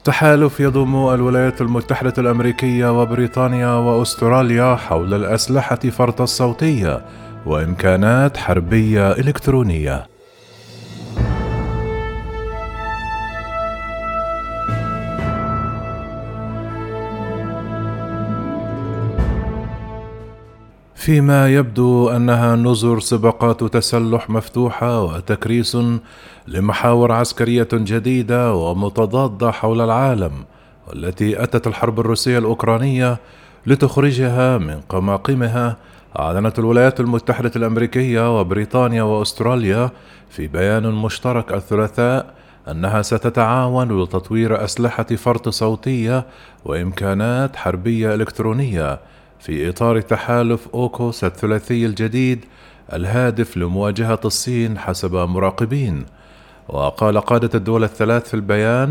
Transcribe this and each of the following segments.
تحالف يضم الولايات المتحدة الأمريكية وبريطانيا وأستراليا حول الأسلحة فرط الصوتية وإمكانات حربية إلكترونية. فيما يبدو أنها نظر سباقات تسلح مفتوحة وتكريس لمحاور عسكرية جديدة ومتضادة حول العالم، والتي أتت الحرب الروسية الأوكرانية لتخرجها من قماقمها. أعلنت الولايات المتحدة الأمريكية وبريطانيا وأستراليا في بيان مشترك الثلاثاء أنها ستتعاون لتطوير أسلحة فرط صوتية وإمكانات حربية إلكترونية في إطار تحالف أوكوس الثلاثي الجديد الهادف لمواجهة الصين حسب مراقبين. وقال قادة الدول الثلاث في البيان: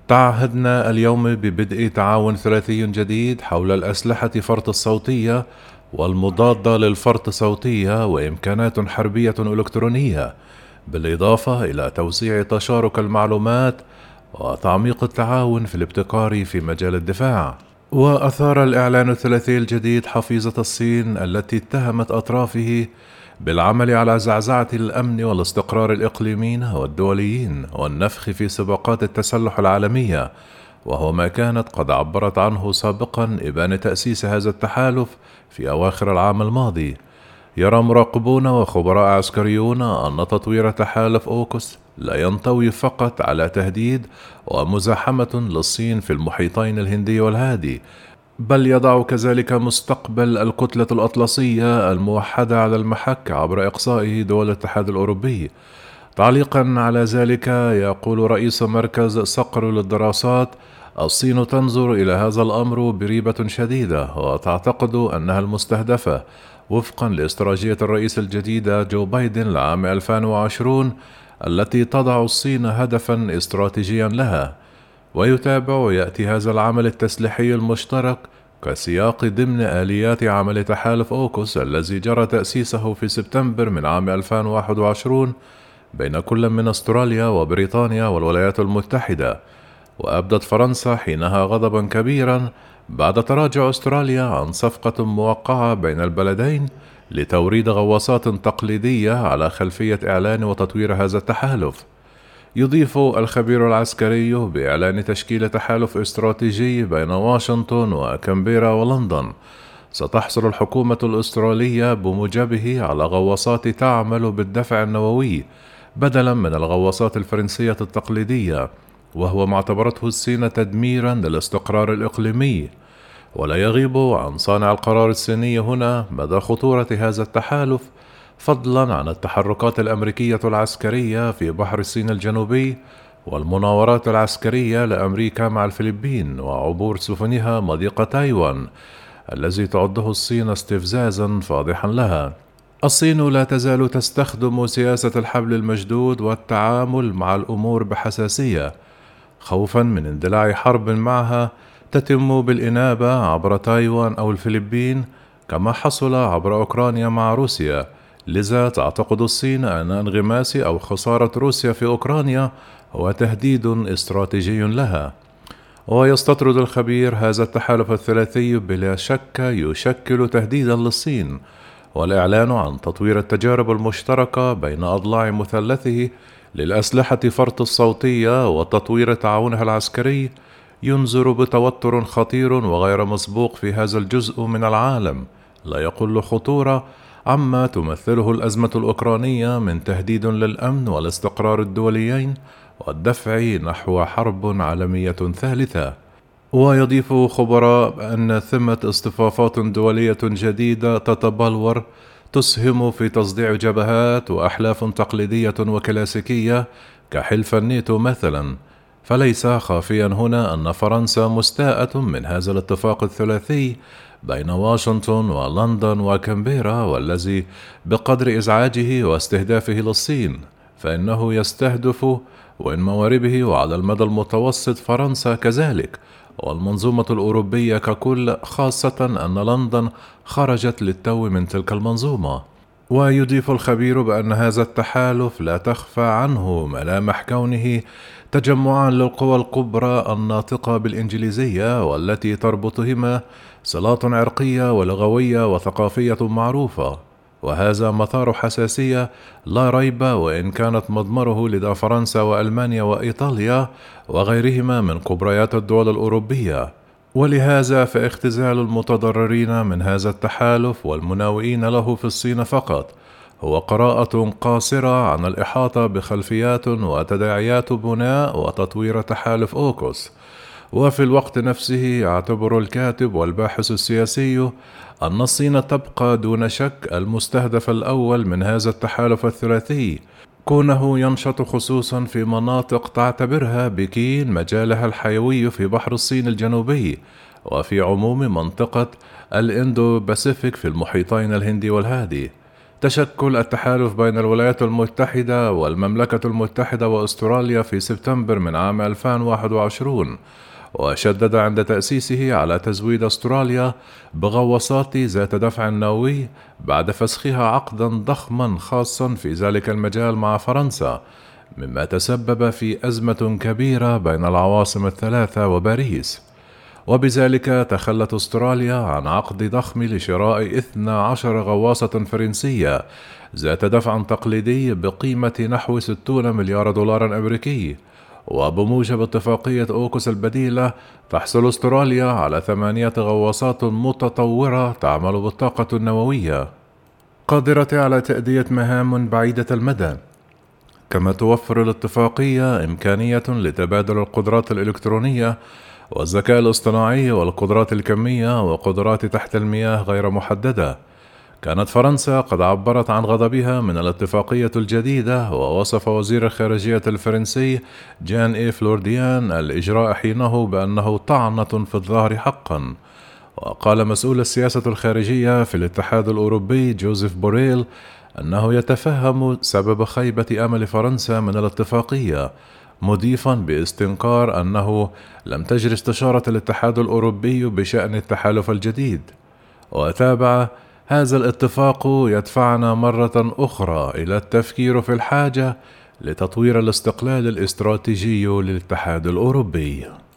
تعهدنا اليوم ببدء تعاون ثلاثي جديد حول الأسلحة فرط الصوتية والمضادة للفرط صوتية وإمكانات حربية إلكترونية، بالإضافة إلى توسيع تشارك المعلومات وتعميق التعاون في الابتكار في مجال الدفاع. وأثار الإعلان الثلاثي الجديد حفيظة الصين التي اتهمت أطرافه بالعمل على زعزعة الأمن والاستقرار الإقليميين والدوليين والنفخ في سباقات التسلح العالمية، وهو ما كانت قد عبرت عنه سابقا إبان تأسيس هذا التحالف في أواخر العام الماضي. يرى مراقبون وخبراء عسكريون أن تطوير تحالف أوكوس لا ينطوي فقط على تهديد ومزاحمة للصين في المحيطين الهندي والهادي، بل يضع كذلك مستقبل الكتلة الأطلسية الموحدة على المحك عبر إقصائه دول الاتحاد الأوروبي. تعليقا على ذلك، يقول رئيس مركز صقر للدراسات: الصين تنظر إلى هذا الأمر بريبة شديدة وتعتقد أنها المستهدفة وفقا لاستراتيجية الرئيس الجديدة جو بايدن لعام 2020 التي تضع الصين هدفا استراتيجيا لها. ويتابع يأتي هذا العمل التسليحي المشترك كسياق ضمن آليات عمل تحالف أوكوس الذي جرى تأسيسه في سبتمبر من عام 2021 بين كل من أستراليا وبريطانيا والولايات المتحدة. وأبدت فرنسا حينها غضبا كبيرا بعد تراجع أستراليا عن صفقة موقعة بين البلدين لتوريد غواصات تقليدية على خلفية إعلان وتطوير هذا التحالف. يضيف الخبير العسكري بإعلان تشكيل تحالف استراتيجي بين واشنطن وكامبيرا ولندن، ستحصل الحكومة الأسترالية بموجبه على غواصات تعمل بالدفع النووي بدلا من الغواصات الفرنسية التقليدية، وهو ما اعتبرته الصين تدميرا للاستقرار الإقليمي. ولا يغيب عن صانع القرار الصيني هنا مدى خطورة هذا التحالف، فضلا عن التحركات الأمريكية العسكرية في بحر الصين الجنوبي والمناورات العسكرية لأمريكا مع الفلبين وعبور سفنها مضيق تايوان الذي تعده الصين استفزازا فاضحا لها. الصين لا تزال تستخدم سياسة الحبل المشدود والتعامل مع الأمور بحساسية، خوفا من اندلاع حرب معها تتم بالإنابة عبر تايوان أو الفلبين كما حصل عبر أوكرانيا مع روسيا. لذا تعتقد الصين أن انغماس أو خسارة روسيا في أوكرانيا هو تهديد استراتيجي لها. ويستطرد الخبير هذا التحالف الثلاثي بلا شك يشكل تهديدا للصين، والإعلان عن تطوير التجارب المشتركة بين أضلاع مثلثه للأسلحة فرط الصوتية وتطوير تعاونها العسكري ينذر بتوتر خطير وغير مسبوق في هذا الجزء من العالم، لا يقل خطورة عما تمثله الأزمة الأوكرانية من تهديد للأمن والاستقرار الدوليين والدفع نحو حرب عالمية ثالثة. ويضيف خبراء أن ثمة اصطفافات دولية جديدة تتبلور تسهم في تصديع جبهات وأحلاف تقليدية وكلاسيكية كحلف الناتو مثلا. فليس خافيا هنا أن فرنسا مستاءة من هذا الاتفاق الثلاثي بين واشنطن ولندن وكامبيرا، والذي بقدر إزعاجه واستهدافه للصين فإنه يستهدف وإن مواربه وعلى المدى المتوسط فرنسا كذلك والمنظومة الأوروبية ككل، خاصة أن لندن خرجت للتو من تلك المنظومة. ويضيف الخبير بأن هذا التحالف لا تخفى عنه ملامح كونه تجمعان للقوى الكبرى الناطقة بالإنجليزية والتي تربطهما صلات عرقية ولغوية وثقافية معروفة، وهذا مثار حساسية لا ريب، وإن كانت مضمره لدى فرنسا وألمانيا وإيطاليا وغيرهما من كبريات الدول الأوروبية. ولهذا فاختزال المتضررين من هذا التحالف والمناوئين له في الصين فقط هو قراءة قاصرة عن الإحاطة بخلفيات وتداعيات بناء وتطوير تحالف أوكوس. وفي الوقت نفسه يعتبر الكاتب والباحث السياسي أن الصين تبقى دون شك المستهدف الأول من هذا التحالف الثلاثي، كونه ينشط خصوصا في مناطق تعتبرها بكين مجالها الحيوي في بحر الصين الجنوبي، وفي عموم منطقة الإندو باسيفيك في المحيطين الهندي والهادي. تشكل التحالف بين الولايات المتحدة والمملكة المتحدة وأستراليا في سبتمبر من عام 2021، وشدد عند تأسيسه على تزويد أستراليا بغواصات ذات دفع نووي بعد فسخها عقدا ضخما خاصا في ذلك المجال مع فرنسا، مما تسبب في أزمة كبيرة بين العواصم الثلاثة وباريس. وبذلك تخلت أستراليا عن عقد ضخم لشراء 12 غواصة فرنسية ذات دفع تقليدي بقيمة نحو 60 مليار دولار أمريكي. وبموجب اتفاقية أوكوس البديلة تحصل أستراليا على 8 غواصات متطورة تعمل بالطاقة النووية قادرة على تأدية مهام بعيدة المدى. كما توفر الاتفاقية إمكانية لتبادل القدرات الإلكترونية والذكاء الاصطناعي والقدرات الكمية وقدرات تحت المياه غير محددة. كانت فرنسا قد عبرت عن غضبها من الاتفاقية الجديدة، ووصف وزير الخارجية الفرنسي جان إيف لورديان الإجراء حينه بأنه طعنة في الظهر حقا. وقال مسؤول السياسة الخارجية في الاتحاد الأوروبي جوزيف بوريل أنه يتفهم سبب خيبة أمل فرنسا من الاتفاقية، مضيفا باستنكار أنه لم تجري استشارة الاتحاد الأوروبي بشأن التحالف الجديد. وتابع: هذا الاتفاق يدفعنا مرة أخرى إلى التفكير في الحاجة لتطوير الاستقلال الاستراتيجي للاتحاد الأوروبي.